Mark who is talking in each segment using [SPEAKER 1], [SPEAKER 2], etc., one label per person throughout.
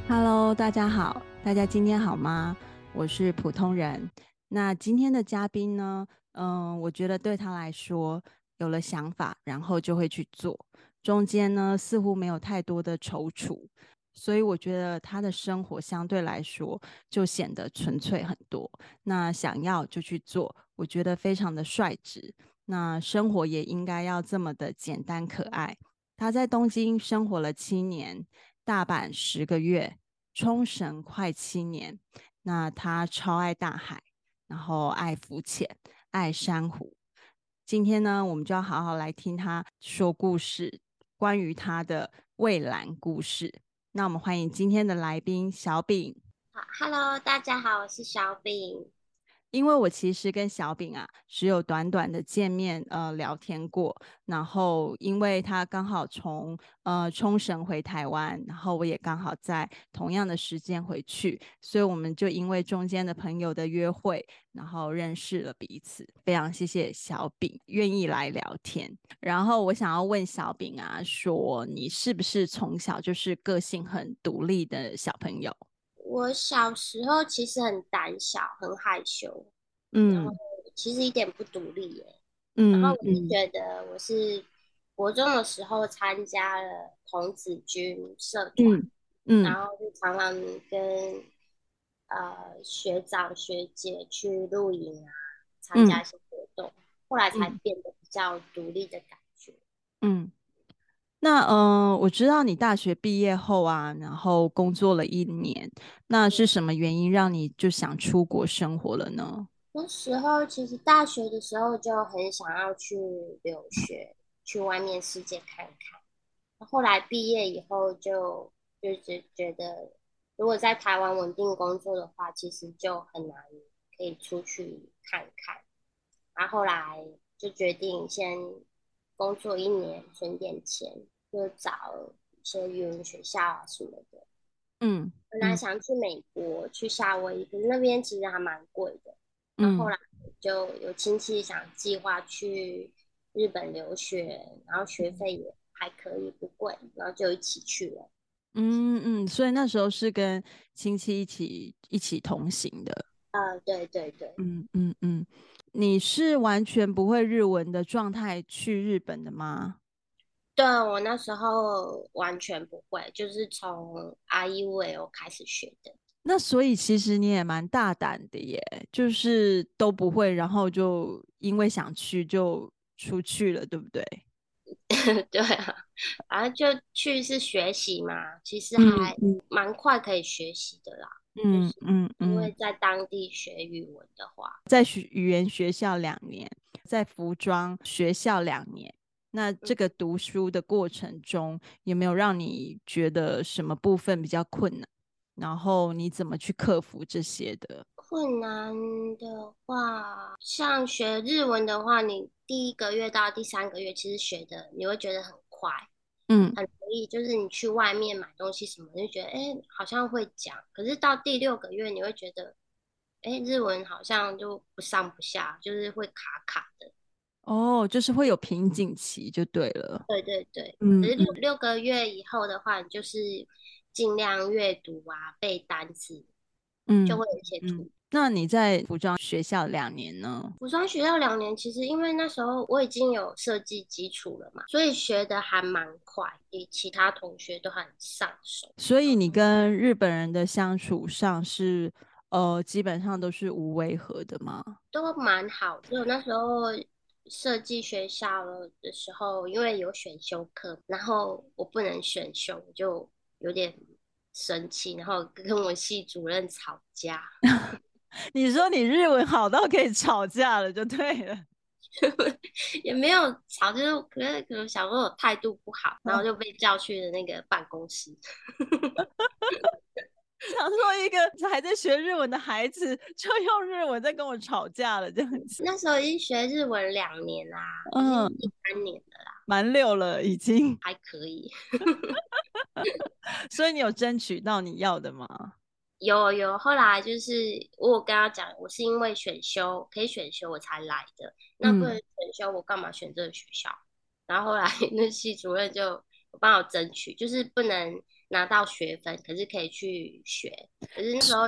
[SPEAKER 1] Hello，大家好，大家今天好吗？我是普通人。那今天的嘉宾呢？我觉得对他来说，有了想法，然后就会去做，中间呢似乎没有太多的踌躇，所以我觉得他的生活相对来说就显得纯粹很多。那想要就去做，我觉得非常的率直。那生活也应该要这么的简单可爱。他在东京生活了7年，大阪10个月，冲绳快7年。那他超爱大海，然后爱浮潜，爱珊瑚。今天呢，我们就要好好来听他说故事，关于他的蔚蓝故事。那我们欢迎今天的来宾小饼。
[SPEAKER 2] 好，Hello，大家好，我是小饼。
[SPEAKER 1] 因为我其实跟小饼啊，只有短短的见面聊天过，然后因为他刚好从冲绳回台湾，然后我也刚好在同样的时间回去，所以我们就因为中间的朋友的约会，然后认识了彼此。非常谢谢小饼愿意来聊天。然后我想要问小饼啊，说你是不是从小就是个性很独立的小朋友？
[SPEAKER 2] 我小时候其实很胆小，很害羞，然后
[SPEAKER 1] 嗯
[SPEAKER 2] 其实一点不独立耶。然后我是
[SPEAKER 1] 嗯嗯
[SPEAKER 2] 觉得我是国中的时候参加了童子军社团，
[SPEAKER 1] 嗯嗯
[SPEAKER 2] 然后就常常跟学长学姐去露营啊，参加
[SPEAKER 1] 嗯
[SPEAKER 2] 一些活动，后来才
[SPEAKER 1] 嗯
[SPEAKER 2] 变得比较独立的感觉。
[SPEAKER 1] 嗯。那我知道你大学毕业后啊，然后工作了1年，那是什么原因让你就想出国生活了呢？
[SPEAKER 2] 那时候其实大学的时候就很想要去留学，去外面世界看看。后来毕业以后就觉得，如果在台湾稳定工作的话，其实就很难可以出去看看。然后后来就决定先工作1年，存点钱，就找一些语言学校啊什么的。
[SPEAKER 1] 嗯
[SPEAKER 2] 本来
[SPEAKER 1] 嗯
[SPEAKER 2] 想去美国，去夏威夷，可是那边其实还蛮贵的。然后后
[SPEAKER 1] 嗯
[SPEAKER 2] 来就有亲戚想计划去日本留学，然后学费也还可以，不贵，然后就一起去了。
[SPEAKER 1] 嗯嗯，所以那时候是跟亲戚一起同行的。
[SPEAKER 2] 对对对，
[SPEAKER 1] 嗯嗯嗯，你是完全不会日文的状态去日本的吗？
[SPEAKER 2] 对我那时候完全不会，就是从阿伊维欧开始学的。
[SPEAKER 1] 那所以其实你也蛮大胆的耶，就是都不会，然后就因为想去就出去了，对不对？
[SPEAKER 2] 对啊，反正就去是学习嘛，其实还
[SPEAKER 1] 嗯嗯
[SPEAKER 2] 蛮快可以学习的啦。就
[SPEAKER 1] 嗯
[SPEAKER 2] 是
[SPEAKER 1] 嗯嗯。
[SPEAKER 2] 因为在当地学语文的话，
[SPEAKER 1] 在语言学校2年，在服装学校2年。那
[SPEAKER 2] 嗯，
[SPEAKER 1] 这个读书的过程中，有没有让你觉得什么部分比较困难？然后你怎么去克服这些的？
[SPEAKER 2] 困难的话，像学日文的话，你第1个月到第3个月，其实学的你会觉得很快，
[SPEAKER 1] 嗯
[SPEAKER 2] 很容易。就是你去外面买东西什么，就觉得好像会讲，可是到第6个月，你会觉得日文好像就不上不下，就是会卡卡的。
[SPEAKER 1] 哦，就是会有瓶颈期就对了。
[SPEAKER 2] 对对对，可是
[SPEAKER 1] 嗯嗯
[SPEAKER 2] 六个月以后的话，你就是尽量阅读啊，背单词，就
[SPEAKER 1] 嗯
[SPEAKER 2] 会有一些突
[SPEAKER 1] 嗯。那你在服装学校2年呢？
[SPEAKER 2] 服装学校2年，其实因为那时候我已经有设计基础了嘛，所以学的还蛮快，比其他同学都很上手，
[SPEAKER 1] 所以你跟日本人的相处上是基本上都是无违和的吗？
[SPEAKER 2] 都蛮好。就那时候设计学校的时候，因为有选修课，然后我不能选修，我就有点生气，然后跟我系主任吵架。
[SPEAKER 1] 你说你日文好到可以吵架了，就对了。
[SPEAKER 2] 也没有吵，就是可能想说我态度不好，然后就被叫去了那个办公室。
[SPEAKER 1] 想说一个还在学日文的孩子，就用日文在跟我吵架了，这样子。
[SPEAKER 2] 那时候已经学日文2年啦，已经
[SPEAKER 1] 嗯，
[SPEAKER 2] 第3年了啦，
[SPEAKER 1] 蛮溜了已经。
[SPEAKER 2] 还可以。
[SPEAKER 1] 所以你有争取到你要的吗？
[SPEAKER 2] 有有，后来就是我有跟他讲，我是因为选修可以选修我才来的，那不能
[SPEAKER 1] 嗯
[SPEAKER 2] 选修，我干嘛选这个学校？然后后来那系主任就帮我争取，就是不能拿到学分，可是可以去学。可是那时候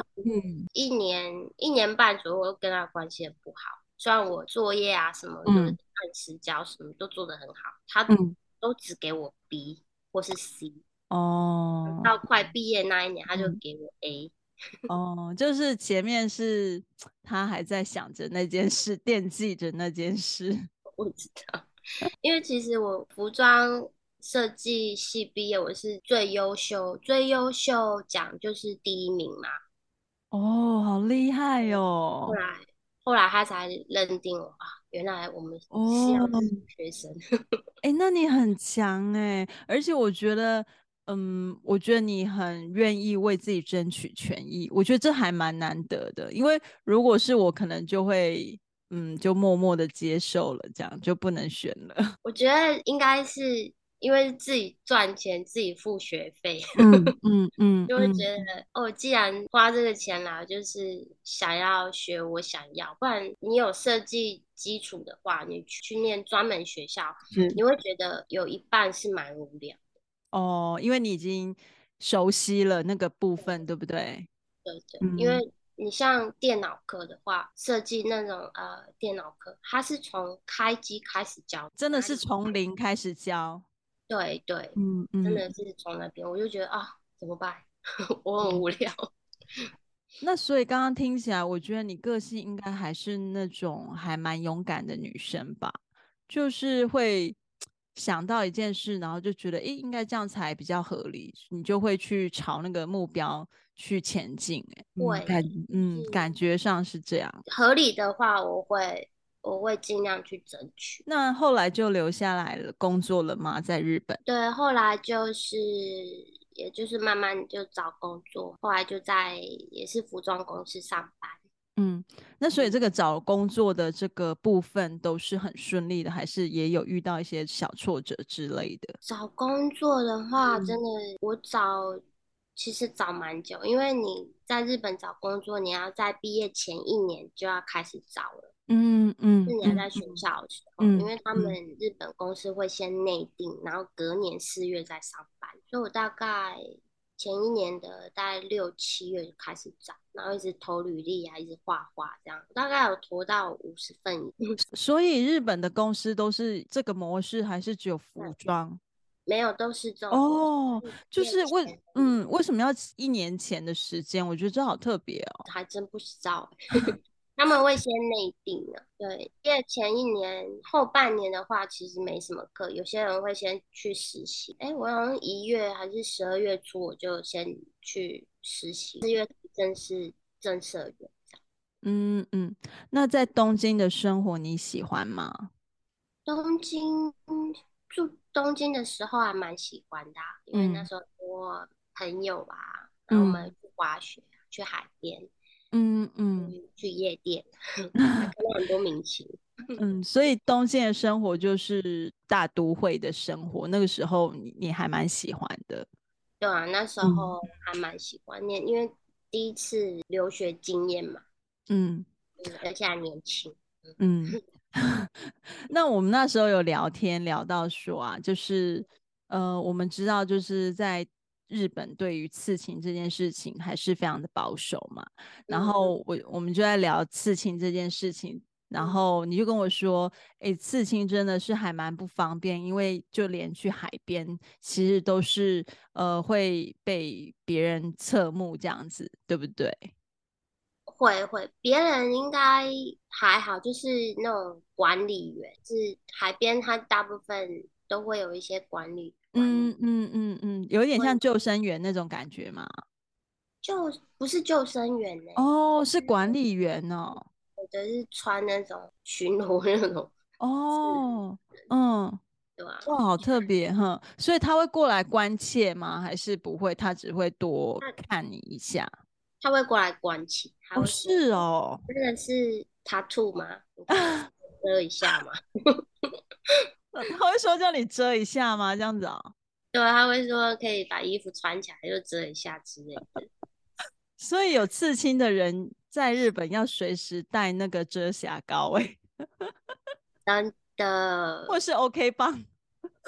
[SPEAKER 2] 一年半左右，我跟他关系很不好。虽然我作业啊什么都是
[SPEAKER 1] 嗯
[SPEAKER 2] 按时交，什么都做得很好，他
[SPEAKER 1] 嗯，
[SPEAKER 2] 都只给我 B 或是 C。
[SPEAKER 1] 哦，
[SPEAKER 2] 到快毕业那一年，他就
[SPEAKER 1] 嗯
[SPEAKER 2] 给我 A。
[SPEAKER 1] 哦，就是前面是他还在想着那件事，惦记着那件事。
[SPEAKER 2] 我知道，因为其实我服装设计系毕业，我是最优秀奖就是第一名嘛。
[SPEAKER 1] 哦，好厉害
[SPEAKER 2] 后
[SPEAKER 1] 哦！
[SPEAKER 2] 来后来他才认定我啊，原来我们是要
[SPEAKER 1] 哦，
[SPEAKER 2] 学生。
[SPEAKER 1] 哎，那你很强哎，而且我觉得，我觉得你很愿意为自己争取权益，我觉得这还蛮难得的。因为如果是我，可能就会，就默默的接受了，这样就不能选了。
[SPEAKER 2] 我觉得应该是因为自己赚钱，自己付学费。
[SPEAKER 1] 嗯嗯嗯
[SPEAKER 2] 就会觉
[SPEAKER 1] 嗯，
[SPEAKER 2] 得哦，既然花这个钱来，就是想要学我想要，不然你有设计基础的话，你去念专门学校，
[SPEAKER 1] 是
[SPEAKER 2] 你会觉得有一半是蛮无聊。
[SPEAKER 1] 哦，因为你已经熟悉了那个部分，对不对？
[SPEAKER 2] 对对，因
[SPEAKER 1] 嗯，
[SPEAKER 2] 为你像电脑课的话，设计那种电脑课，它是从开机开始教，
[SPEAKER 1] 真的是
[SPEAKER 2] 哪里
[SPEAKER 1] 从零开始教。
[SPEAKER 2] 对对，
[SPEAKER 1] 嗯嗯
[SPEAKER 2] 真的是从那边，我就觉得啊，怎么办？我很
[SPEAKER 1] 嗯。
[SPEAKER 2] 无聊。
[SPEAKER 1] 那所以刚刚听起来，我觉得你个性应该还是那种还蛮勇敢的女生吧，就是会想到一件事，然后就觉得，诶，应该这样才比较合理，你就会去朝那个目标去前进。诶，
[SPEAKER 2] 会，就是
[SPEAKER 1] 感觉上是这样。
[SPEAKER 2] 合理的话，我会尽量去争取。
[SPEAKER 1] 那后来就留下来了，工作了吗？在日本？
[SPEAKER 2] 对，后来就是也就是慢慢就找工作，后来就在也是服装公司上班。
[SPEAKER 1] 嗯，那所以
[SPEAKER 2] 嗯，
[SPEAKER 1] 这个找工作的这个部分都是很顺利的，还是也有遇到一些小挫折之类的？
[SPEAKER 2] 找工作的话，真
[SPEAKER 1] 嗯
[SPEAKER 2] 的其实找蛮久，因为你在日本找工作，你要在毕业前一年就要开始找了。
[SPEAKER 1] 嗯嗯
[SPEAKER 2] 是你还在学
[SPEAKER 1] 嗯嗯
[SPEAKER 2] 校的时候，因
[SPEAKER 1] 嗯
[SPEAKER 2] 为他们
[SPEAKER 1] 嗯，
[SPEAKER 2] 日本公司会先内定，然后隔年4月再上班，所以我大概前一年的大概6、7月就开始找，然后一直投履历啊，一直画画这样，大概有投到50份。
[SPEAKER 1] 所以日本的公司都是这个模式，还是只有服装？
[SPEAKER 2] 没有都是这种模式，
[SPEAKER 1] 哦，就
[SPEAKER 2] 毕业
[SPEAKER 1] 是
[SPEAKER 2] 前
[SPEAKER 1] 为什么要1年前的时间？我觉得这好特别哦。
[SPEAKER 2] 还真不知道。他们会先内定的，对，因为前一年后半年的话，其实没什么课，有些人会先去实习。哎，我好像1月还是12月初，我就先去实习，4月正式正社员。
[SPEAKER 1] 嗯嗯，那在东京的生活你喜欢吗？
[SPEAKER 2] 东京住东京的时候还蛮喜欢的啊，因为那
[SPEAKER 1] 嗯
[SPEAKER 2] 时候我朋友啊，然后我们
[SPEAKER 1] 嗯
[SPEAKER 2] 去滑雪，去海边，
[SPEAKER 1] 嗯嗯
[SPEAKER 2] 去夜店，还看到很多明星。
[SPEAKER 1] 嗯，所以东京的生活就是大都会的生活，那个时候你还蛮喜欢的。
[SPEAKER 2] 对啊，那时
[SPEAKER 1] 嗯
[SPEAKER 2] 候还蛮喜欢念，因为第一次留学经验嘛。
[SPEAKER 1] 嗯
[SPEAKER 2] 而且还年轻。
[SPEAKER 1] 嗯。那我们那时候有聊天聊到说啊，就是我们知道就是在日本对于刺青这件事情还是非常的保守嘛。然
[SPEAKER 2] 嗯嗯
[SPEAKER 1] 后我们就在聊刺青这件事情，然
[SPEAKER 2] 嗯，
[SPEAKER 1] 后你就跟我说，哎，刺青真的是还蛮不方便，因为就连去海边其实都是会被别人侧目这样子，对不对？
[SPEAKER 2] 会会，别人应该还好，就是那种管理员，是海边，他大部分都会有一些管理，
[SPEAKER 1] 有一点像
[SPEAKER 2] 会
[SPEAKER 1] 救生员那种感觉嘛。
[SPEAKER 2] 就不是救生员呢，
[SPEAKER 1] 哦，是管理员哦。
[SPEAKER 2] 有的是穿那种巡逻那种是
[SPEAKER 1] 哦，嗯，
[SPEAKER 2] 对吧？
[SPEAKER 1] 哇，好特别哈！所以他会过来关切吗？还是不会？他只会多
[SPEAKER 2] 那
[SPEAKER 1] 看你一下。
[SPEAKER 2] 他会过来关起，他
[SPEAKER 1] 哦，
[SPEAKER 2] 会说
[SPEAKER 1] 是哦，
[SPEAKER 2] 这个是 tattoo 吗？你可以遮一下吗？
[SPEAKER 1] 他会说叫你遮一下吗？这样子啊？
[SPEAKER 2] 对，他会说可以把衣服穿起来，就遮一下之类的。
[SPEAKER 1] 所以有刺青的人在日本要随时带那个遮瑕膏，哎，
[SPEAKER 2] 真的，
[SPEAKER 1] 或是 OK 棒。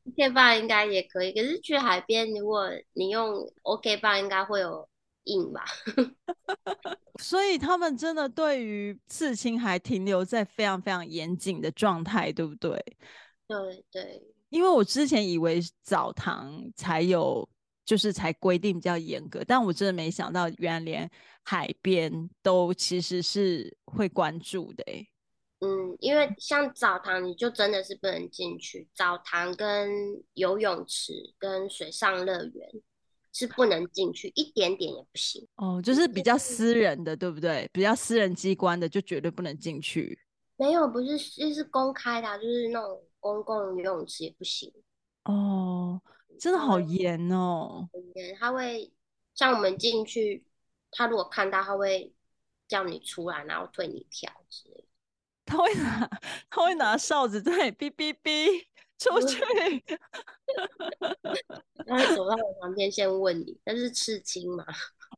[SPEAKER 2] OK 棒应该也可以，可是去海边，如果你用 OK 棒，应该会有印吧？
[SPEAKER 1] 所以他们真的对于刺青还停留在非常非常严谨的状态，对不对？
[SPEAKER 2] 对对。
[SPEAKER 1] 因为我之前以为澡堂才有，就是才规定比较严格，但我真的没想到，原来连海边都其实是会关注的欸。
[SPEAKER 2] 因为像澡堂，你就真的是不能进去。澡堂跟游泳池跟水上乐园是不能进去，一点点也不行。
[SPEAKER 1] 哦，就是比较私人的，对不对？比较私人机关的就绝对不能进去。
[SPEAKER 2] 没有，不是，就是公开的就是那种公共游泳池也不行。
[SPEAKER 1] 哦，真的
[SPEAKER 2] 他会，
[SPEAKER 1] 好严哦。
[SPEAKER 2] 他会像我们进去，他如果看到，他会叫你出来，然后退你票之类的。
[SPEAKER 1] 他会拿他会拿哨子在那里哔哔哔出去。
[SPEAKER 2] 他会走到我旁边先问你，那是刺青吗？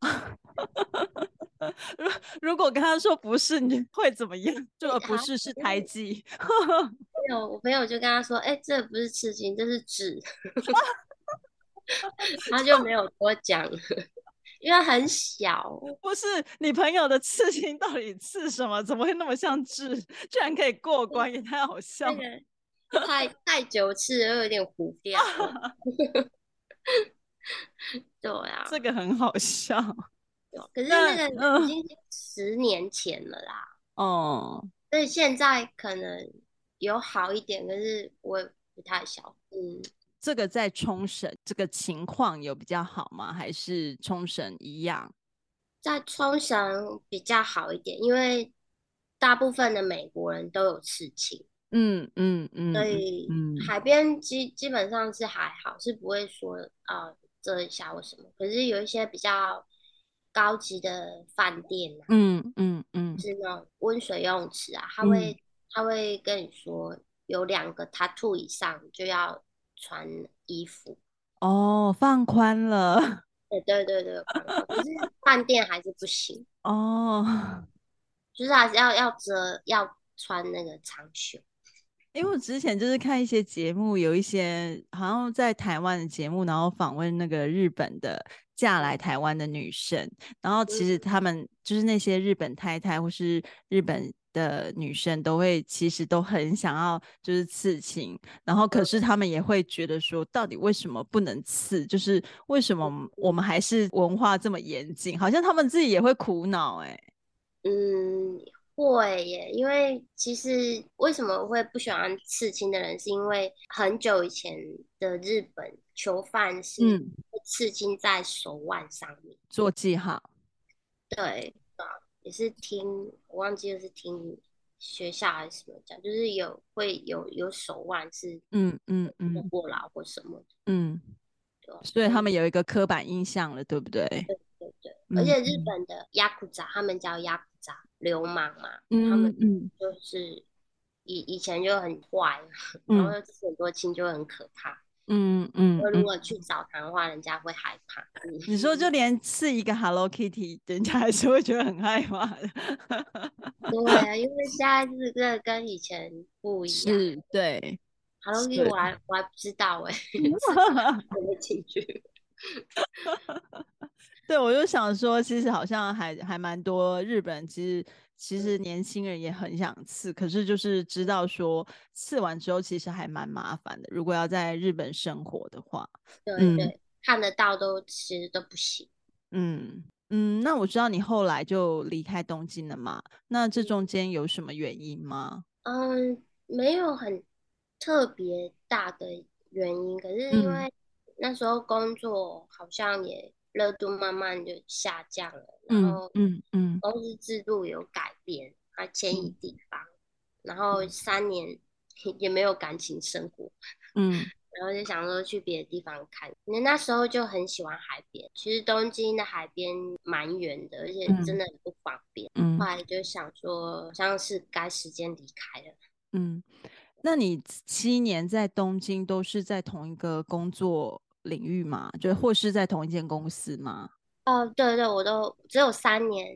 [SPEAKER 1] 如如果跟他说不是，你会怎么样？就不
[SPEAKER 2] 还
[SPEAKER 1] 是，是胎记。
[SPEAKER 2] 没有，我朋友就跟他说：“哎、这不是刺青，这是纸。”他就没有多讲了，因为很小。
[SPEAKER 1] 不是你朋友的刺青到底刺什么？怎么会那么像痣？居然可以过关，也太好笑了。
[SPEAKER 2] 那个太久刺了，又有点糊掉了。对啊，
[SPEAKER 1] 这个很好笑。
[SPEAKER 2] 对可是那
[SPEAKER 1] 那
[SPEAKER 2] 个已经10年前了啦，
[SPEAKER 1] 哦，
[SPEAKER 2] 所以现在可能有好一点，可是我也不太晓得。
[SPEAKER 1] 这个在冲绳这个情况有比较好吗？还是冲绳一样？
[SPEAKER 2] 在冲绳比较好一点，因为大部分的美国人都有刺青。
[SPEAKER 1] 嗯嗯嗯嗯
[SPEAKER 2] 所以
[SPEAKER 1] 嗯。
[SPEAKER 2] 海边基本上是还好，是不会说遮一下或什么。可是有一些比较高级的饭店啊，
[SPEAKER 1] 嗯嗯嗯
[SPEAKER 2] 是那种温水游泳池啊，他
[SPEAKER 1] 嗯。
[SPEAKER 2] 会他会跟你说有2个 tattoo 以上就要穿衣服。
[SPEAKER 1] 哦，放宽了。
[SPEAKER 2] 对对对对，宽宽。可是饭店还是不行，
[SPEAKER 1] 哦。
[SPEAKER 2] 就是还是要穿那个长袖。
[SPEAKER 1] 因为我之前就是看一些节目，有一些好像在台湾的节目，然后访问那个日本的嫁来台湾的女生，然后其实
[SPEAKER 2] 嗯
[SPEAKER 1] 他们就是那些日本太太或是日本的女生，都会其实都很想要就是刺青，然后可是他们也会觉得说，到底为什么不能刺？就是为什么我们还是文化这么严谨？好像他们自己也会苦恼哎、欸。
[SPEAKER 2] 嗯，会耶，因为其实为什么会不喜欢刺青的人，是因为很久以前的日本囚犯是
[SPEAKER 1] 嗯，
[SPEAKER 2] 会刺青在手腕上面。
[SPEAKER 1] 做记号。
[SPEAKER 2] 对，也是听我忘记了是听学校还是什么讲，就是会有手腕是
[SPEAKER 1] 嗯嗯
[SPEAKER 2] 坐
[SPEAKER 1] 嗯
[SPEAKER 2] 过劳或什么的。
[SPEAKER 1] 嗯。
[SPEAKER 2] 对啊
[SPEAKER 1] 所以
[SPEAKER 2] 所以
[SPEAKER 1] 他们有一个刻板印象了，对不对？
[SPEAKER 2] 对对，而且日
[SPEAKER 1] 嗯嗯
[SPEAKER 2] 本的ヤクザ，他们叫ヤクザ流氓嘛，他们
[SPEAKER 1] 嗯嗯
[SPEAKER 2] 就是以前就很坏，然后
[SPEAKER 1] 嗯
[SPEAKER 2] 又吃很多青就会很可怕。
[SPEAKER 1] 嗯嗯嗯。
[SPEAKER 2] 如果去澡堂的话，人家会害怕。
[SPEAKER 1] 你说就连刺一个 Hello Kitty，人家还是会觉得很害怕的。
[SPEAKER 2] 对啊，因为现在这个跟以前不一样。
[SPEAKER 1] 是，对，
[SPEAKER 2] Hello Kitty
[SPEAKER 1] 是。
[SPEAKER 2] 我还不知道哎、是怎么进去？
[SPEAKER 1] 对，我就想说，其实好像还蛮多日本人，其实年轻人也很想刺，可是就是知道说刺完之后其实还蛮麻烦的，如果要在日本生活的话。嗯
[SPEAKER 2] 对对，看得到都其实都不行。
[SPEAKER 1] 嗯嗯。那我知道你后来就离开东京了嘛？那这中间有什么原因吗？
[SPEAKER 2] 没有很特别大的原因，可是因
[SPEAKER 1] 嗯
[SPEAKER 2] 为那时候工作好像也热度慢慢就下降了，然
[SPEAKER 1] 嗯
[SPEAKER 2] 后
[SPEAKER 1] 嗯嗯
[SPEAKER 2] 公司制度有改变，它迁移
[SPEAKER 1] 嗯
[SPEAKER 2] 地方，然后3年也没有感情生活，
[SPEAKER 1] 嗯
[SPEAKER 2] 然后就想说去别的地方看。那时候就很喜欢海边，其实东京的海边蛮远的，而且真
[SPEAKER 1] 嗯
[SPEAKER 2] 的很不方便。后
[SPEAKER 1] 嗯
[SPEAKER 2] 来就想说，好像是该时间离开了。
[SPEAKER 1] 嗯。那你7年在东京都是在同一个工作领域吗？就或是在同一间公司吗？
[SPEAKER 2] 哦，对对，我都只有3年，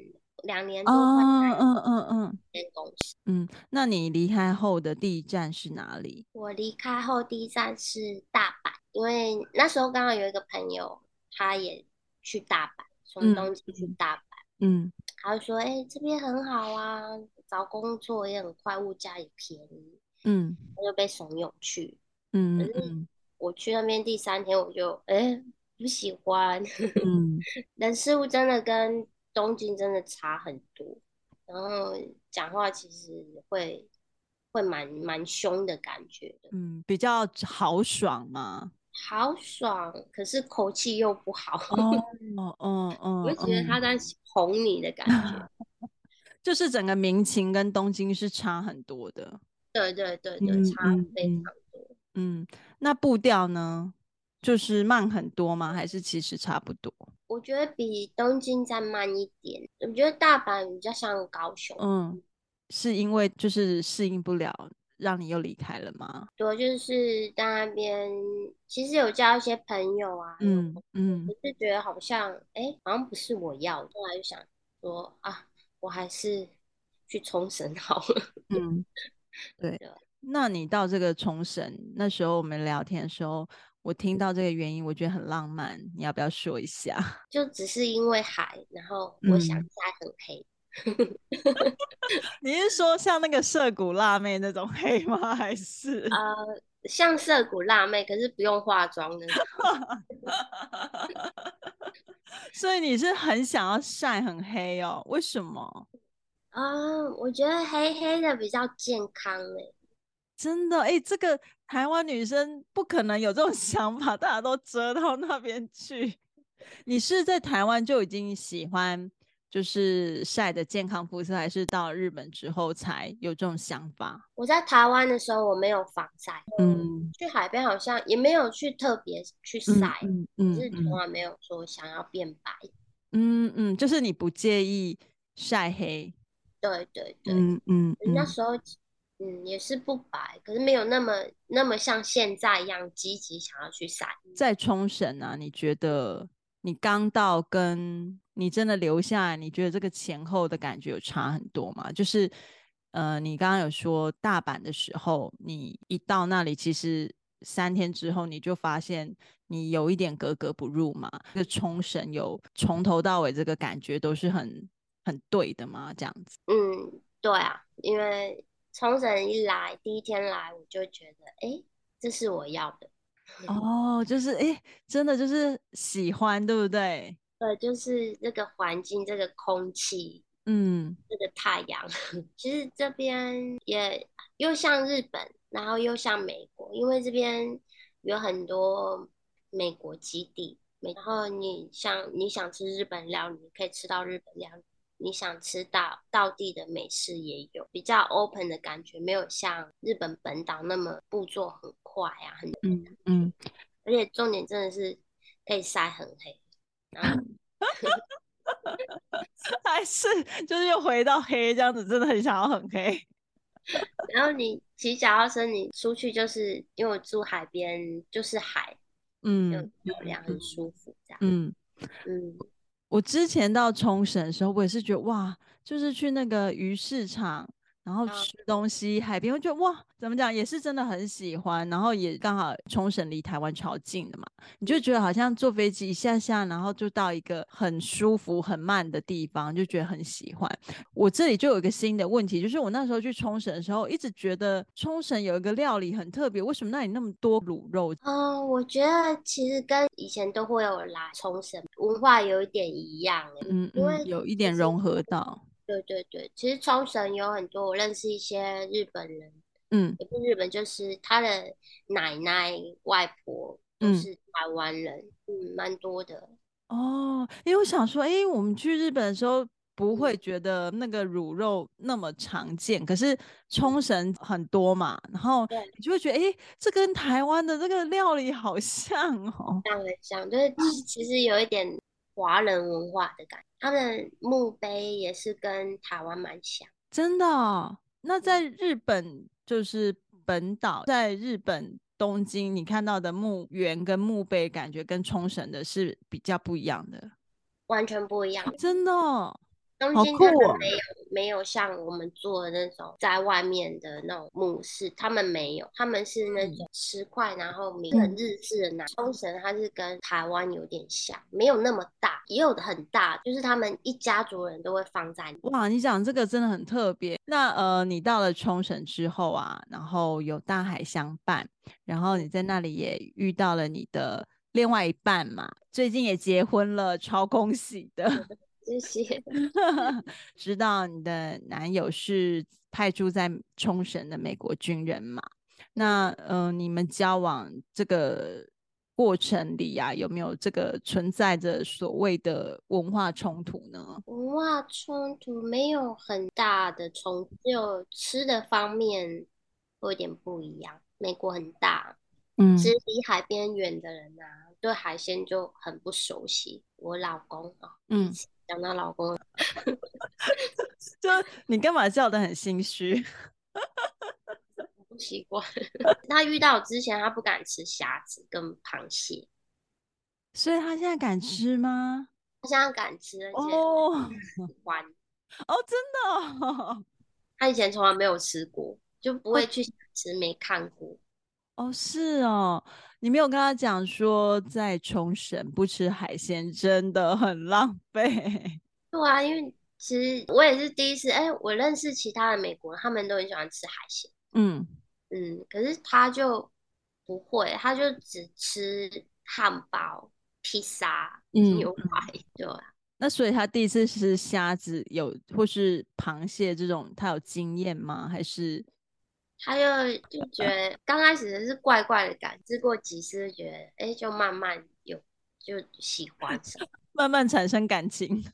[SPEAKER 2] 2年多快
[SPEAKER 1] 嗯
[SPEAKER 2] 3
[SPEAKER 1] 嗯
[SPEAKER 2] 间公司。
[SPEAKER 1] 那你离开后的第一站是哪里？
[SPEAKER 2] 我离开后第一站是大阪，因为那时候刚好有一个朋友，他也去大阪，从
[SPEAKER 1] 嗯
[SPEAKER 2] 东京去大阪，
[SPEAKER 1] 嗯
[SPEAKER 2] 他就说：“哎、这边很好啊，找工作也很快，物价也便宜。”
[SPEAKER 1] 嗯
[SPEAKER 2] 他就被怂恿去。可是
[SPEAKER 1] 嗯嗯
[SPEAKER 2] 我去那边第3天，我就不喜欢，
[SPEAKER 1] 嗯
[SPEAKER 2] 人事物真的跟东京真的差很多，然后讲话其实会蛮凶的感觉的。
[SPEAKER 1] 比较豪爽嘛。
[SPEAKER 2] 好爽，可是口气又不好，
[SPEAKER 1] 哦，嗯
[SPEAKER 2] 我就觉得他在哄你的感觉。
[SPEAKER 1] 就是整个民情跟东京是差很多的。
[SPEAKER 2] 对对对对，
[SPEAKER 1] 嗯
[SPEAKER 2] 差非常
[SPEAKER 1] 嗯嗯
[SPEAKER 2] 多。
[SPEAKER 1] 那步调呢？就是慢很多吗？还是其实差不多？
[SPEAKER 2] 我觉得比东京再慢一点。我觉得大阪比较像高雄，
[SPEAKER 1] 嗯，是因为就是适应不了，让你又离开了吗？
[SPEAKER 2] 对，就是在那边其实有交一些朋友啊，有
[SPEAKER 1] 嗯嗯
[SPEAKER 2] 我是觉得好像不是我要的，后来就想说啊，我还是去冲绳好了。
[SPEAKER 1] 嗯，对。
[SPEAKER 2] 对，
[SPEAKER 1] 那你到这个冲绳，那时候我们聊天的时候，我听到这个原因，我觉得很浪漫，你要不要说一下？
[SPEAKER 2] 就只是因为海，然后我想
[SPEAKER 1] 嗯，
[SPEAKER 2] 晒很黑。
[SPEAKER 1] 你是说像那个涩谷辣妹那种黑吗？还是？
[SPEAKER 2] 像涩谷辣妹，可是不用化妆那种。
[SPEAKER 1] 所以你是很想要晒很黑哦？为什么？
[SPEAKER 2] 我觉得黑黑的比较健康诶。
[SPEAKER 1] 真的，哎，这个台湾女生不可能有这种想法，大家都遮到那边去。你是在台湾就已经喜欢就是晒的健康肤色，还是到日本之后才有这种想法？
[SPEAKER 2] 我在台湾的时候我没有防晒，
[SPEAKER 1] 嗯
[SPEAKER 2] 去海边好像也没有去特别去晒，
[SPEAKER 1] 嗯嗯
[SPEAKER 2] 只是从
[SPEAKER 1] 嗯嗯
[SPEAKER 2] 来没有说想要变白。
[SPEAKER 1] 就是你不介意晒黑。
[SPEAKER 2] 对对对，
[SPEAKER 1] 嗯嗯嗯。
[SPEAKER 2] 那时候也是不白，可是没有那么像现在一样积极想要去晒。
[SPEAKER 1] 在冲绳啊，你觉得你刚到跟你真的留下来，你觉得这个前后的感觉有差很多吗？就是你刚刚有说大阪的时候，你一到那里，其实3天之后你就发现你有一点格格不入嘛。这个冲绳有从头到尾这个感觉都是很对的吗？这样子？
[SPEAKER 2] 对啊，因为冲绳一来，第一天来我就觉得，这是我要的。
[SPEAKER 1] 哦，就是真的就是喜欢，对不对？
[SPEAKER 2] 对，就是这个环境、这个空气、
[SPEAKER 1] 嗯
[SPEAKER 2] 这个太阳，其实这边也又像日本，然后又像美国，因为这边有很多美国基地，然后你想吃日本料理，你可以吃到日本料理。你想吃到道地的美食也有，比较 open 的感觉，没有像日本本岛那么步骤很快啊，
[SPEAKER 1] 嗯嗯。
[SPEAKER 2] 而且重点真的是可以晒很黑，然后
[SPEAKER 1] 还是就是又回到黑这样子，真的很想要很黑。
[SPEAKER 2] 你骑脚踏车，你出去就是因为我住海边，就是海，就很
[SPEAKER 1] 嗯
[SPEAKER 2] 漂亮，很舒服这样。
[SPEAKER 1] 嗯，
[SPEAKER 2] 嗯，
[SPEAKER 1] 我之前到冲绳的时候，我也是觉得哇，就是去那个鱼市场，然后
[SPEAKER 2] 然后
[SPEAKER 1] 吃东西，海边，我觉得哇，怎么讲也是真的很喜欢。然后也刚好冲绳离台湾超近的嘛，你就觉得好像坐飞机一下下，然后就到一个很舒服、很慢的地方，就觉得很喜欢。我这里就有一个新的问题，就是我那时候去冲绳的时候，一直觉得冲绳有一个料理很特别，为什么那里那么多卤肉？
[SPEAKER 2] 我觉得其实跟以前都会有来冲绳文化有一点一样因为
[SPEAKER 1] 有一
[SPEAKER 2] 其实
[SPEAKER 1] 点融合到。
[SPEAKER 2] 对对对，其实冲绳有很多我认识一些日本人，
[SPEAKER 1] 嗯
[SPEAKER 2] 也不是日本，就是他的奶奶、外婆都
[SPEAKER 1] 嗯。
[SPEAKER 2] 是台湾人，蛮多的。
[SPEAKER 1] 哦，因为我想说，我们去日本的时候不
[SPEAKER 2] 嗯
[SPEAKER 1] 会觉得那个卤肉那么常见，可是
[SPEAKER 2] 嗯，
[SPEAKER 1] 冲绳很多嘛，然后
[SPEAKER 2] 对。
[SPEAKER 1] 你就会觉得，这跟台湾的这个料理好像哦。
[SPEAKER 2] 像很像，就是其实有一点华人文化的感觉。他们墓碑也是跟台湾蛮像。
[SPEAKER 1] 真的哦。那在
[SPEAKER 2] 嗯，
[SPEAKER 1] 日本就是本岛，在日本东京，你看到的墓园跟墓碑，感觉跟冲绳的是比较不一样的。
[SPEAKER 2] 完全不一样。
[SPEAKER 1] 真的哦。 好
[SPEAKER 2] 东京他们
[SPEAKER 1] 酷哦。
[SPEAKER 2] 没有像我们做的那种在外面的那种墓室，他们没有，他们是那种石块，然后很日式的那冲绳，它是跟台湾有点像，没有那么大，也有的很大，就是他们一家族人都会放在里面。
[SPEAKER 1] 哇，你讲这个真的很特别。那你到了冲绳之后啊，然后有大海相伴，然后你在那里也遇到了你的另外一半嘛，最近也结婚了，超恭喜的。
[SPEAKER 2] 这些
[SPEAKER 1] 知道你的男友是派驻在冲绳的美国军人嘛？那你们交往这个过程里啊，有没有这个存在着所谓的文化冲突呢？
[SPEAKER 2] 文化冲突没有很大的冲突，只有吃的方面会有点不一样。美国很大，其
[SPEAKER 1] 嗯
[SPEAKER 2] 实离海边远的人啊，对海鲜就很不熟悉。我老公啊，第一
[SPEAKER 1] 嗯，
[SPEAKER 2] 次讲到老公，
[SPEAKER 1] 就你干嘛笑得很心虚？
[SPEAKER 2] 不习惯。他遇到我之前，他不敢吃虾子跟螃蟹，
[SPEAKER 1] 所以他现在敢吃吗？
[SPEAKER 2] 他现在敢吃，而且
[SPEAKER 1] 哦
[SPEAKER 2] 喜欢。
[SPEAKER 1] 哦，真的哦。
[SPEAKER 2] 他以前从来没有吃过，就不
[SPEAKER 1] 哦
[SPEAKER 2] 会去吃，没看过。
[SPEAKER 1] 哦，是哦，你没有跟他讲说在冲绳不吃海鲜真的很浪费。
[SPEAKER 2] 对啊，因为其实我也是第一次，哎，我认识其他的美国人，他们都很喜欢吃海鲜，
[SPEAKER 1] 嗯
[SPEAKER 2] 可是他就不会，他就只吃汉堡、披萨、
[SPEAKER 1] 嗯，
[SPEAKER 2] 牛排，对啊，
[SPEAKER 1] 那所以他第一次吃虾子有或是螃蟹这种，他有经验吗？还是
[SPEAKER 2] 他就觉得刚开始的是怪怪的感，吃过几次就觉得，哎，就慢慢就喜欢上。
[SPEAKER 1] 慢慢产生感情？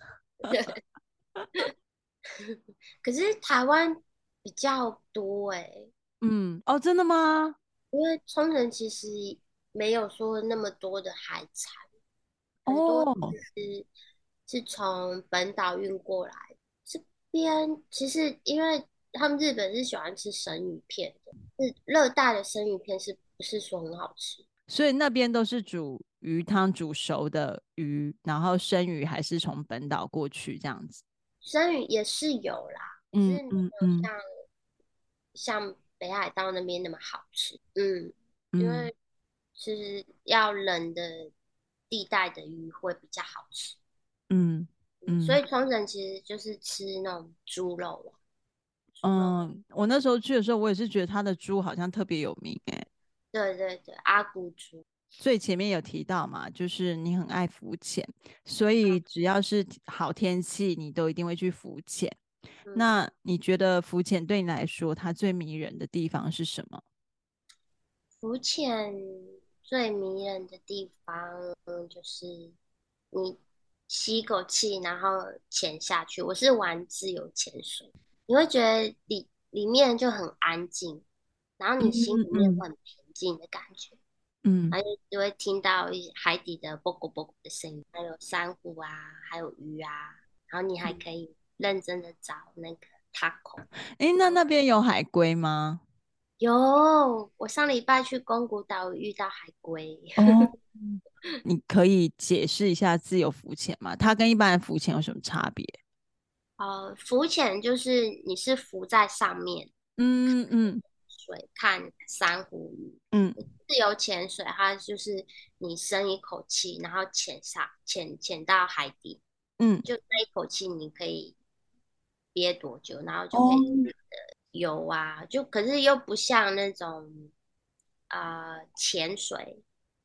[SPEAKER 2] 可是台湾比较多哎，
[SPEAKER 1] 嗯，哦，真的吗？
[SPEAKER 2] 因为冲绳其实没有说那么多的海产。很多
[SPEAKER 1] 哦，
[SPEAKER 2] 是从本岛运过来。这边其实因为他们日本是喜欢吃生鱼片的，是热带的生鱼片是不是说很好吃？
[SPEAKER 1] 所以那边都是煮鱼汤煮熟的鱼，然后生鱼还是从本岛过去这样子。
[SPEAKER 2] 生鱼也是有啦，可
[SPEAKER 1] 嗯
[SPEAKER 2] 是没
[SPEAKER 1] 嗯嗯
[SPEAKER 2] 有像北海道那边那么好吃。因
[SPEAKER 1] 嗯
[SPEAKER 2] 为其实要冷的地带的鱼会比较好吃。
[SPEAKER 1] 嗯嗯
[SPEAKER 2] 所以冲绳其实就是吃那种猪肉啊，猪肉。
[SPEAKER 1] 嗯，我那时候去的时候，我也是觉得他的猪好像特别有名诶。
[SPEAKER 2] 对对对，阿古猪。
[SPEAKER 1] 最前面有提到嘛，就是你很爱浮潜，所以只要是好天气，你都一定会去浮潜。
[SPEAKER 2] 嗯，
[SPEAKER 1] 那你觉得浮潜对你来说，它最迷人的地方是什么？
[SPEAKER 2] 浮潜最迷人的地方，就是你吸一口气，然后潜下去。我是玩自由潜水，你会觉得里面就很安静，然后
[SPEAKER 1] 嗯
[SPEAKER 2] 你心里面
[SPEAKER 1] 嗯
[SPEAKER 2] 会很平静的感觉，
[SPEAKER 1] 嗯
[SPEAKER 2] 而且就会听到海底的啵咕啵咕的声音，还有珊瑚啊，还有鱼啊，然后你还
[SPEAKER 1] 嗯。
[SPEAKER 2] 可以认真的找那个 taco。
[SPEAKER 1] 诶，那边有海龟吗？
[SPEAKER 2] 有，我上礼拜去宫古岛遇到海龟。
[SPEAKER 1] 哦，你可以解释一下自由浮潜吗？它跟一般的浮潜有什么差别？
[SPEAKER 2] 浮潜就是你是浮在上面
[SPEAKER 1] 嗯嗯
[SPEAKER 2] 水看珊瑚鱼，
[SPEAKER 1] 嗯
[SPEAKER 2] 自由潜水它就是你深一口气，然后潜到海底，
[SPEAKER 1] 嗯，
[SPEAKER 2] 就那一口气你可以憋多久，然后就可
[SPEAKER 1] 哦，
[SPEAKER 2] 以游啊，就可是又不像那种潜水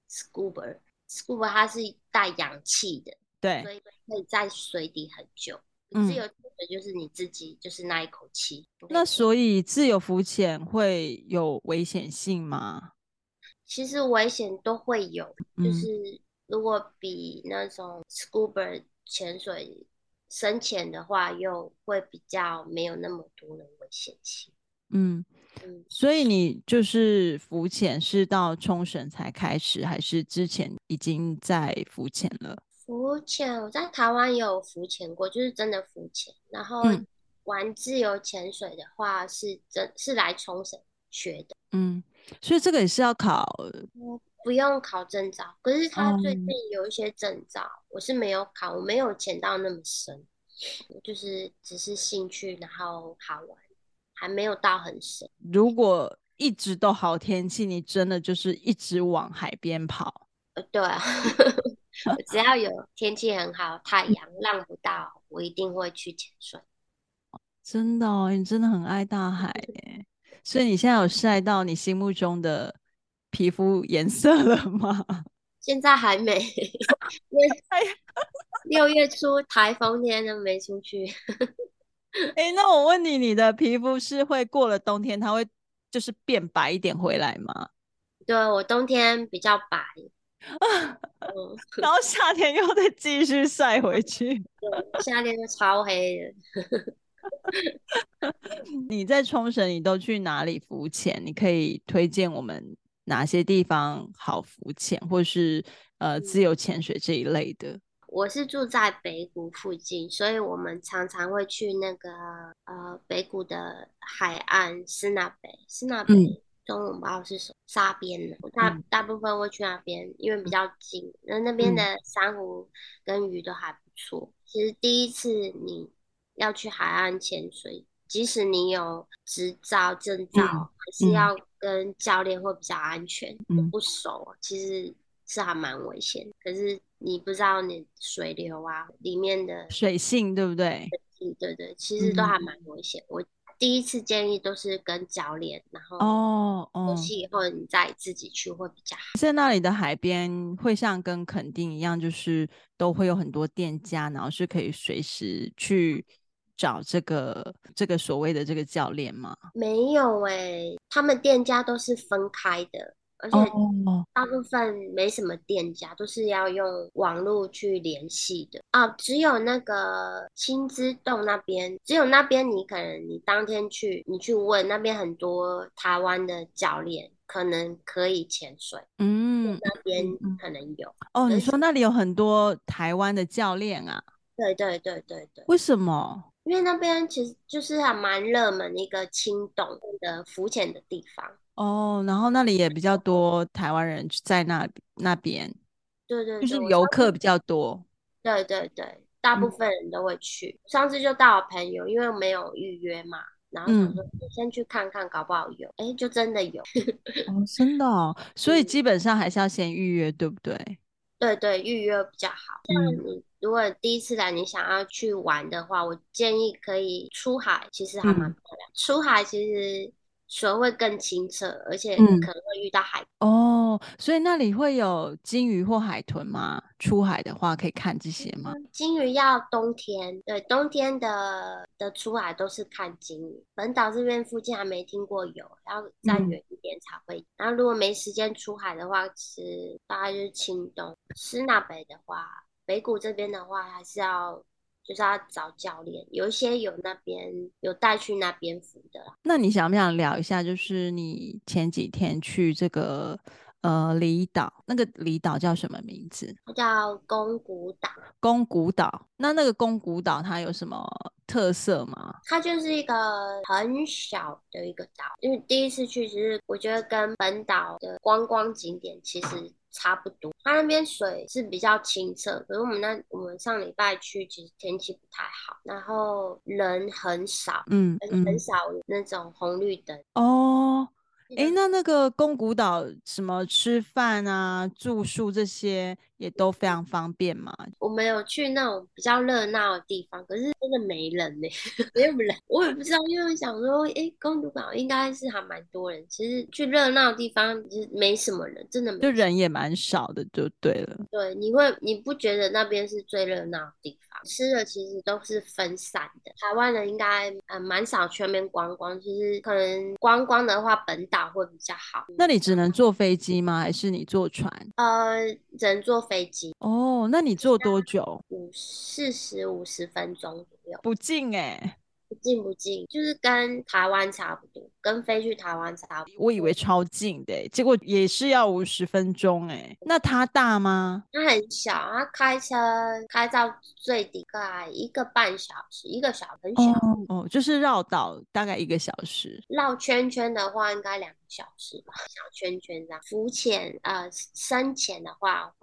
[SPEAKER 2] scuba 它是带氧气的，
[SPEAKER 1] 对，
[SPEAKER 2] 所以可以在水底很久。自
[SPEAKER 1] 嗯，
[SPEAKER 2] 由潜水就是你自己就是那一口气，你可以潜。
[SPEAKER 1] 那所以自由浮潜会有危险性吗？
[SPEAKER 2] 其实危险都会有，就
[SPEAKER 1] 嗯
[SPEAKER 2] 是如果比那种 scuba 潜水深潜的话，又会比较没有那么多的危险性。
[SPEAKER 1] 嗯，
[SPEAKER 2] 嗯，
[SPEAKER 1] 所以你就是浮潜是到冲绳才开始，还是之前已经在浮潜了？
[SPEAKER 2] 浮潜我在台湾也有浮潜过，就是真的浮潜。然后
[SPEAKER 1] 嗯
[SPEAKER 2] 玩自由潜水的话，是来冲绳学的。
[SPEAKER 1] 嗯，所以这个也是要考。
[SPEAKER 2] 不用考证照，可是他最近
[SPEAKER 1] 嗯
[SPEAKER 2] 有一些证照，我是没有考，我没有潜到那么深。 就是只是兴趣，然后好玩，还没有到很深。
[SPEAKER 1] 如果一直都好天气，你真的就是一直往海边跑。
[SPEAKER 2] 对啊，只要有天气很好，太阳浪不大，我一定会去潜水。
[SPEAKER 1] 真的哦，你真的很爱大海耶。所以你现在有晒到你心目中的皮肤颜色了吗？
[SPEAKER 2] 现在还没，因为
[SPEAKER 1] 哎呀，
[SPEAKER 2] 6月初台风天都没出去。
[SPEAKER 1] 哎，那我问你，你的皮肤是会过了冬天，它会就是变白一点回来吗？
[SPEAKER 2] 对，我冬天比较白，嗯，
[SPEAKER 1] 然后夏天又再继续晒回去。
[SPEAKER 2] 对，夏天就超黑的。
[SPEAKER 1] 你在冲绳，你都去哪里浮潜？你可以推荐我们哪些地方好浮潜，或是自由潜水这一类的？
[SPEAKER 2] 我是住在北谷附近，所以我们常常会去那个北谷的海岸斯纳北，斯纳
[SPEAKER 1] 嗯
[SPEAKER 2] 北中文不知道是什么沙边的，
[SPEAKER 1] 嗯
[SPEAKER 2] 大部分会去那边，因为比较近，那边
[SPEAKER 1] 嗯
[SPEAKER 2] 的珊瑚跟鱼都还不错。其实第一次你要去海岸潜水，即使你有执照证
[SPEAKER 1] 嗯
[SPEAKER 2] 照，还是
[SPEAKER 1] 嗯
[SPEAKER 2] 要跟教练会比较安全。
[SPEAKER 1] 嗯，
[SPEAKER 2] 不熟，其实是还蛮危险。可是你不知道你水流啊里面的，
[SPEAKER 1] 水性对不对？
[SPEAKER 2] 对对，其实都还
[SPEAKER 1] 嗯，
[SPEAKER 2] 蛮危险。我第一次建议都是跟教练，然后
[SPEAKER 1] 哦哦，
[SPEAKER 2] 熟悉以后你再自己去会比较好。
[SPEAKER 1] 在那里的海边会像跟垦丁一样，就是都会有很多店家，然后是可以随时去找这个所谓的这个教练吗？
[SPEAKER 2] 没有诶，他们店家都是分开的，而且
[SPEAKER 1] 哦，
[SPEAKER 2] 大部分没什么店家，都是要用网络去联系的啊。只有那个青之洞那边，只有那边你可能你当天去，你去问那边很多台湾的教练，可能可以潜水，
[SPEAKER 1] 嗯
[SPEAKER 2] 那边
[SPEAKER 1] 嗯嗯，
[SPEAKER 2] 可能有。
[SPEAKER 1] 哦，你
[SPEAKER 2] 可是
[SPEAKER 1] 说那里有很多台湾的教练啊？
[SPEAKER 2] 对对对对对，
[SPEAKER 1] 为什么？
[SPEAKER 2] 因为那边其实就是还蛮热门的一个青洞的浮潜的地方。
[SPEAKER 1] 哦，然后那里也比较多台湾人在那边，
[SPEAKER 2] 对对对，
[SPEAKER 1] 就是游客比较多。
[SPEAKER 2] 对对对，大部
[SPEAKER 1] 嗯
[SPEAKER 2] 分人都会去。上次就带我朋友，因为没有预约嘛，然后想说
[SPEAKER 1] 嗯，
[SPEAKER 2] 你先去看看，搞不好有，哎，就真的有。
[SPEAKER 1] 哦，真的哦，所以
[SPEAKER 2] 嗯，
[SPEAKER 1] 基本上还是要先预约，对不对？
[SPEAKER 2] 对对，预约比较好。
[SPEAKER 1] 嗯
[SPEAKER 2] 像你如果第一次来，你想要去玩的话，我建议可以出海，其实还蛮
[SPEAKER 1] 嗯
[SPEAKER 2] 漂亮。出海其实水会更清澈，而且
[SPEAKER 1] 嗯，
[SPEAKER 2] 可能会遇到海。
[SPEAKER 1] 哦，所以那里会有鲸鱼或海豚吗？出海的话可以看这些吗？
[SPEAKER 2] 金鱼要冬天，对，冬天的出海都是看金鱼。本岛这边附近还没听过有，要再
[SPEAKER 1] 嗯，
[SPEAKER 2] 远一点才会。然后如果没时间出海的话，其实大概就是青东。施那北的话，北谷这边的话，还是要找教练，有一些有那边有带去那边浮的啦，
[SPEAKER 1] 那你想不想聊一下，就是你前几天去这个离岛，那个离岛叫什么名字？
[SPEAKER 2] 它叫宫古岛。
[SPEAKER 1] 宫古岛。那个宫古岛它有什么特色吗？
[SPEAKER 2] 它就是一个很小的一个岛，因为第一次去，其实我觉得跟本岛的观光景点其实差不多。它那边水是比较清澈，可是我们上礼拜去，其实天气不太好，然后人很少，而且很
[SPEAKER 1] 嗯嗯，
[SPEAKER 2] 少有那种红绿灯。
[SPEAKER 1] 哦，诶，
[SPEAKER 2] 那个
[SPEAKER 1] 那个宫古岛什么吃饭啊、住宿这些也都非常方便嘛？
[SPEAKER 2] 我们有去那种比较热闹的地方，可是真的没人呢、没有人。我也不知道，因为我想说，诶，公主岛应该是还蛮多人。其实去热闹的地方其实没什么人，真的没什么。
[SPEAKER 1] 就人也蛮少的，就对了。
[SPEAKER 2] 对，你不觉得那边是最热闹的地方？吃的其实都是分散的。台湾人应该蛮少去那边观光，其实可能观光的话，本岛会比较好。
[SPEAKER 1] 那你只能坐飞机吗？还是你坐船？
[SPEAKER 2] 只能坐飞机，
[SPEAKER 1] 哦，那你坐多久？
[SPEAKER 2] 40-50分钟左右。
[SPEAKER 1] 不近诶，
[SPEAKER 2] 不近不近，就是跟台湾差不多，跟飞去台湾差不
[SPEAKER 1] 我以为
[SPEAKER 2] 多。
[SPEAKER 1] 超近的诶，结果也是要50分钟诶。那它大吗？
[SPEAKER 2] 它很小，它开车开到最底大概1个半小时，1个小时很
[SPEAKER 1] 哦
[SPEAKER 2] 小。
[SPEAKER 1] 哦，就是绕岛大概1个小时。
[SPEAKER 2] 绕圈圈的话，应该2个小时吧，小圈圈这样。浮潜深潜的话会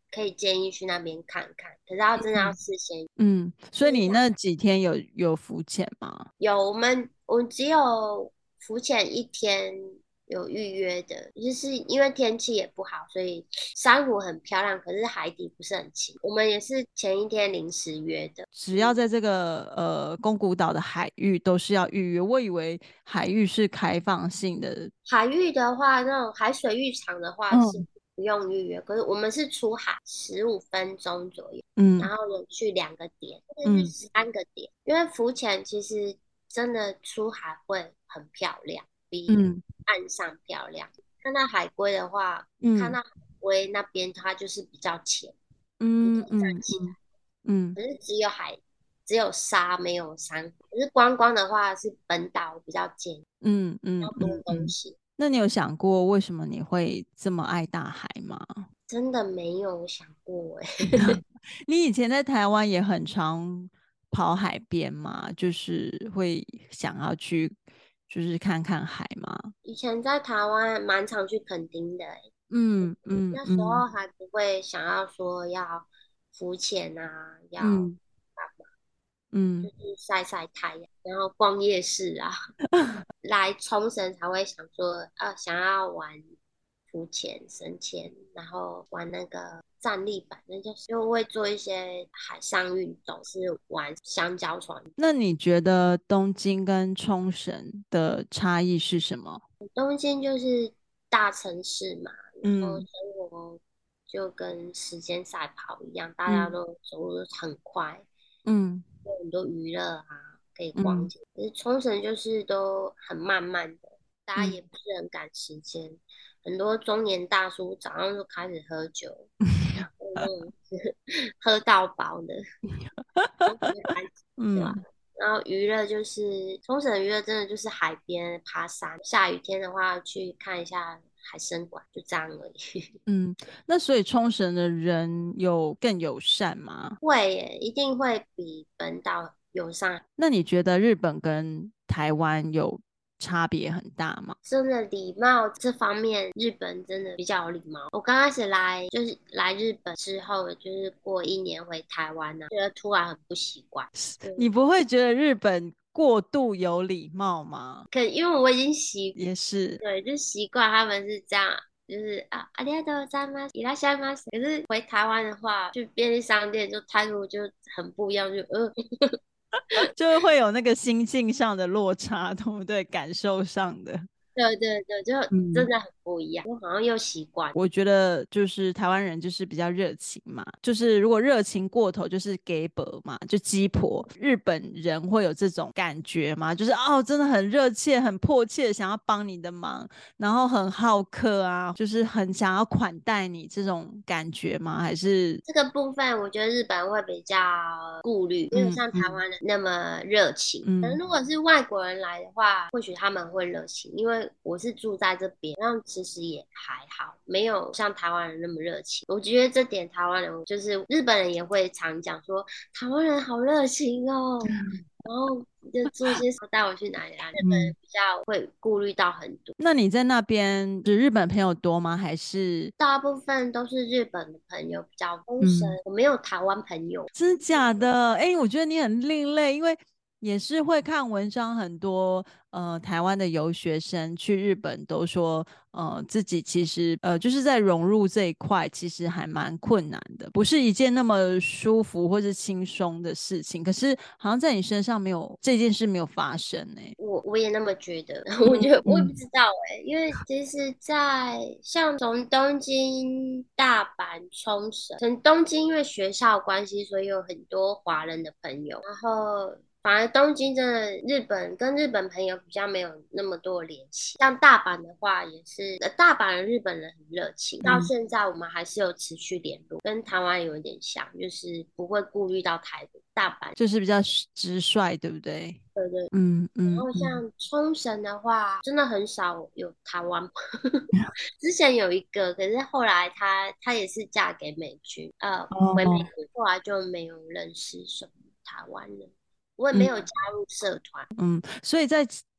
[SPEAKER 2] 可以建议去那边看看，可是要真的要事先
[SPEAKER 1] 所以你那几天有浮潜吗？
[SPEAKER 2] 有我们只有浮潜一天有预约的，就是因为天气也不好，所以珊瑚很漂亮，可是海底不是很清。我们也是前一天临时约的。
[SPEAKER 1] 只要在这个宫古岛的海域都是要预约，我以为海域是开放性的。
[SPEAKER 2] 海域的话，那种海水浴场的话是
[SPEAKER 1] 嗯
[SPEAKER 2] 不用预约，可是我们是出海15分钟左右，然
[SPEAKER 1] 嗯
[SPEAKER 2] 后有去2个点，或者是
[SPEAKER 1] 嗯
[SPEAKER 2] 3个点，因为浮潜其实真的出海会很漂亮，比
[SPEAKER 1] 嗯
[SPEAKER 2] 岸上漂亮。看到海龟的话，看
[SPEAKER 1] 嗯
[SPEAKER 2] 到海龟那边它就是比较浅，你可以站
[SPEAKER 1] 嗯嗯
[SPEAKER 2] 起来，
[SPEAKER 1] 嗯
[SPEAKER 2] 可是只有沙没有珊瑚，可是观光的话是本岛比较近，比
[SPEAKER 1] 嗯嗯
[SPEAKER 2] 较多
[SPEAKER 1] 嗯嗯。
[SPEAKER 2] 东西。
[SPEAKER 1] 那你有想过为什么你会这么爱大海吗？
[SPEAKER 2] 真的没有想过哎，
[SPEAKER 1] 你以前在台湾也很常跑海边吗？就是会想要去，就是看看海吗？
[SPEAKER 2] 以前在台湾蛮常去垦丁的欸，
[SPEAKER 1] 嗯嗯
[SPEAKER 2] 那时候
[SPEAKER 1] 嗯
[SPEAKER 2] 还不会想要说要浮潜啊，要
[SPEAKER 1] 嗯嗯
[SPEAKER 2] 就是晒晒太阳，然后逛夜市啊。来冲绳才会想说，想要玩浮潜、深潜，然后玩那个站立板，那就会做一些海上运动，是玩香蕉船。
[SPEAKER 1] 那你觉得东京跟冲绳的差异是什么？
[SPEAKER 2] 东京就是大城市嘛，然后
[SPEAKER 1] 嗯
[SPEAKER 2] 生活就跟时间赛跑一样，大家
[SPEAKER 1] 嗯
[SPEAKER 2] 都走路很快，
[SPEAKER 1] 嗯
[SPEAKER 2] 有很多娱乐啊，可以逛
[SPEAKER 1] 嗯
[SPEAKER 2] 街。可是冲绳就是都很慢慢的，大家也
[SPEAKER 1] 嗯，
[SPEAKER 2] 不是很赶时间。很多中年大叔早上就开始喝酒，那种喝到饱的，冲绳就开始，对吧？
[SPEAKER 1] 嗯
[SPEAKER 2] 然后娱乐就是冲绳的娱乐，真的就是海边爬山，下雨天的话去看一下海参馆，就这样而已。
[SPEAKER 1] 嗯，那所以冲绳的人有更友善吗？
[SPEAKER 2] 会耶，一定会比本岛友善。
[SPEAKER 1] 那你觉得日本跟台湾有差别很大吗？
[SPEAKER 2] 真的礼貌这方面，日本真的比较有礼貌。我刚开始就是来日本之后，就是过1年回台湾呢、觉得突然很不习惯。
[SPEAKER 1] 你
[SPEAKER 2] 对，
[SPEAKER 1] 不会觉得日本过度有礼貌吗？
[SPEAKER 2] 可因为我已经
[SPEAKER 1] 也是，
[SPEAKER 2] 对，就习惯他们是这样，就是ありがとうございます，いらっしゃいませ。可是回台湾的话，去便利商店就态度就很不一样，
[SPEAKER 1] 就是会有那个心境上的落差，对不对？感受上的。
[SPEAKER 2] 对对对，就真
[SPEAKER 1] 嗯。
[SPEAKER 2] 的很不一样。我好像又习惯。
[SPEAKER 1] 我觉得就是台湾人就是比较热情嘛，就是如果热情过头就是 gay 伯嘛，就鸡婆。日本人会有这种感觉吗？就是哦，真的很热切、很迫切想要帮你的忙，然后很好客啊，就是很想要款待你这种感觉吗？还是
[SPEAKER 2] 这个部分，我觉得日本会比较顾虑，没有像台
[SPEAKER 1] 嗯嗯
[SPEAKER 2] 湾人那么热情。可能
[SPEAKER 1] 嗯
[SPEAKER 2] 如果是外国人来的话，或许他们会热情，因为我是住在这边，然后其实也还好，没有像台湾人那么热情。我觉得这点台湾人就是日本人也会常讲说，台湾人好热情哦，然后就做些什么带我去哪里啊？日本人
[SPEAKER 1] 嗯？
[SPEAKER 2] 比较会顾虑到很多。
[SPEAKER 1] 那你在那边是日本朋友多吗？还是
[SPEAKER 2] 大部分都是日本的朋友比较丰盛，
[SPEAKER 1] 嗯？
[SPEAKER 2] 我没有台湾朋友。
[SPEAKER 1] 真的假的？哎，我觉得你很另类，因为也是会看文章，很多台湾的游学生去日本都说，自己其实就是在融入这一块，其实还蛮困难的，不是一件那么舒服或是轻松的事情。可是好像在你身上没有这件事没有发生呢。
[SPEAKER 2] 我也那么觉得，我觉
[SPEAKER 1] 嗯
[SPEAKER 2] 得我也不
[SPEAKER 1] 嗯
[SPEAKER 2] 知道因为其实，在像从东京、大阪、冲绳，从东京因为学校的关系，所以有很多华人的朋友，然后反而东京真的跟日本朋友比较没有那么多的联系。像大阪的话，也是大阪的日本人很热情，到
[SPEAKER 1] 嗯，
[SPEAKER 2] 现在我们还是有持续联络，跟台湾有一点像，就是不会顾虑到台北、大阪。
[SPEAKER 1] 就是比较直率，对不对？
[SPEAKER 2] 对对，
[SPEAKER 1] 嗯
[SPEAKER 2] 然
[SPEAKER 1] 嗯嗯
[SPEAKER 2] 后像冲绳的话，真的很少有台湾。之前有一个，可是后来她也是嫁给美军，回美
[SPEAKER 1] 哦
[SPEAKER 2] 国，后来就没有认识什么台湾人，我也没有加
[SPEAKER 1] 嗯。
[SPEAKER 2] 入社团。
[SPEAKER 1] 嗯，所以在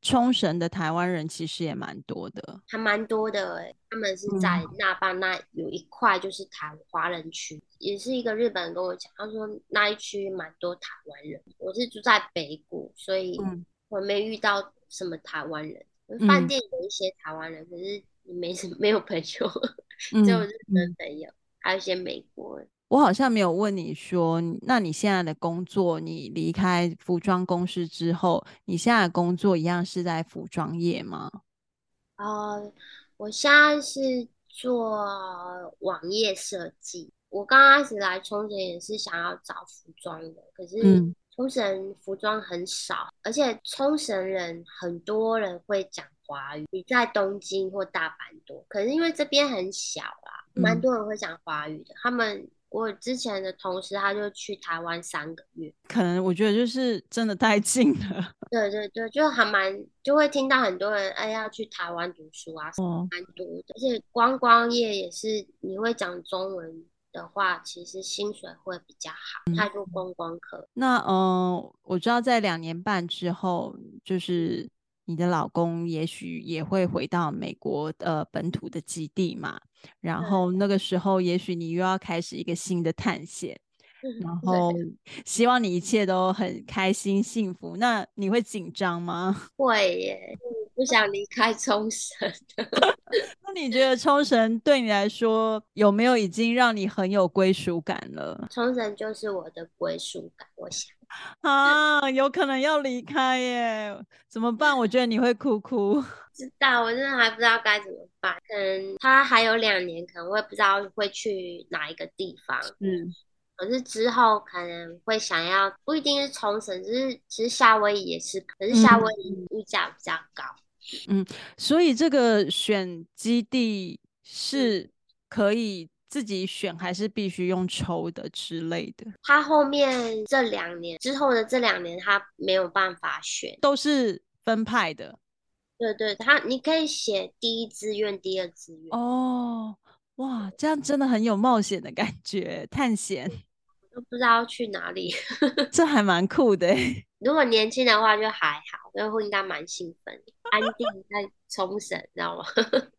[SPEAKER 1] 冲绳的台湾人其实也蛮多的。
[SPEAKER 2] 还蛮多的欸。他们是在那霸那有一块就是华人区，也是一个日本人跟我讲，他说那一区蛮多台湾人。我是住在北谷，所以我没遇到什么台湾人。饭店有一些台湾人，可是没有朋友，只有日本朋友，还有一些美国人。
[SPEAKER 1] 我好像没有问你说，那你现在的工作，你离开服装公司之后，你现在的工作一样是在服装业吗？
[SPEAKER 2] 我现在是做网页设计。我刚开始来冲绳也是想要找服装的，可是冲绳服装很少，而且冲绳人很多人会讲华语，你在东京或大阪多，可是因为这边很小啦，蛮多人会讲华语的。我之前的同事他就去台湾3个月，
[SPEAKER 1] 可能我觉得就是真的太近了。
[SPEAKER 2] 对对对，就会听到很多人要去台湾读书啊，蛮多的。而且观光业也是，你会讲中文的话，其实薪水会比较好，太多观光客。
[SPEAKER 1] 那我知道在2年半之后，就是你的老公也许也会回到美国本土的基地嘛，然后那个时候也许你又要开始一个新的探险，然后希望你一切都很开心幸福。那你会紧张吗？
[SPEAKER 2] 会耶，不想离开冲绳。
[SPEAKER 1] 那你觉得冲绳对你来说有没有已经让你很有归属感了？
[SPEAKER 2] 冲绳就是我的归属感，我想。
[SPEAKER 1] 啊，有可能要离开耶，怎么办？我觉得你会哭哭。
[SPEAKER 2] 知道，我真的还不知道该怎么办。可能他还有2年，可能会不知道会去哪一个地方。可是之后可能会想要，不一定是冲绳，其实夏威夷也是，可是夏威夷物价比较高。
[SPEAKER 1] 所以这个选基地是可以自己选，还是必须用抽的之类的？
[SPEAKER 2] 他后面之后的这两年，他没有办法选。
[SPEAKER 1] 都是分派的。
[SPEAKER 2] 对对，你可以写第一志愿、第二志愿。
[SPEAKER 1] 哦，哇，这样真的很有冒险的感觉，探险。
[SPEAKER 2] 都不知道去哪里。
[SPEAKER 1] 这还蛮酷的耶。
[SPEAKER 2] 如果年轻的话就还好，就会应该蛮兴奋，安定在冲绳，知道吗？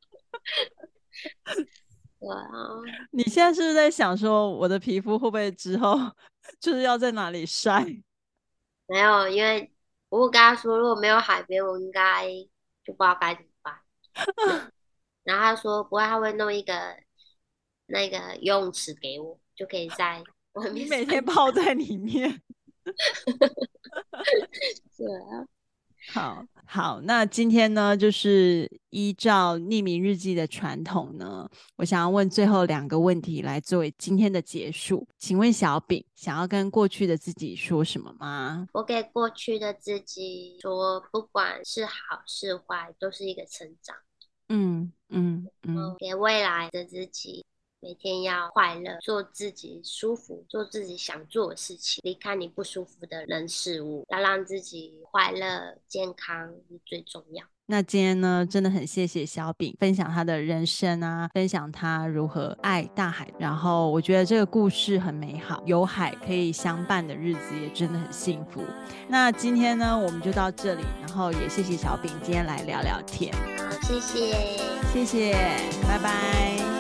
[SPEAKER 2] 对啊，
[SPEAKER 1] 你现在是不是在想说，我的皮肤会不会之后就是要在哪里晒？
[SPEAKER 2] 没有，因为我跟他说，如果没有海边，我应该就不知道该怎么办。然后他说，不会，他会弄一个那个游泳池给我，就可以在外面
[SPEAKER 1] 你每
[SPEAKER 2] 晒。
[SPEAKER 1] 天泡在里面。
[SPEAKER 2] 对啊，
[SPEAKER 1] 好，那今天呢，就是依照匿名日记的传统呢，我想要问最后2个问题来作为今天的结束。请问小饼想要跟过去的自己说什么吗？
[SPEAKER 2] 我给过去的自己说，不管是好是坏，都是一个成长。给未来的自己，每天要快乐，做自己舒服，做自己想做的事情，离开你不舒服的人事物，要让自己快乐健康是最重要。
[SPEAKER 1] 那今天呢，真的很谢谢小饼分享他的人生啊，分享他如何爱大海。然后我觉得这个故事很美好，有海可以相伴的日子也真的很幸福。那今天呢，我们就到这里，然后也谢谢小饼今天来聊聊天。
[SPEAKER 2] 好，谢谢，
[SPEAKER 1] 谢谢，拜拜。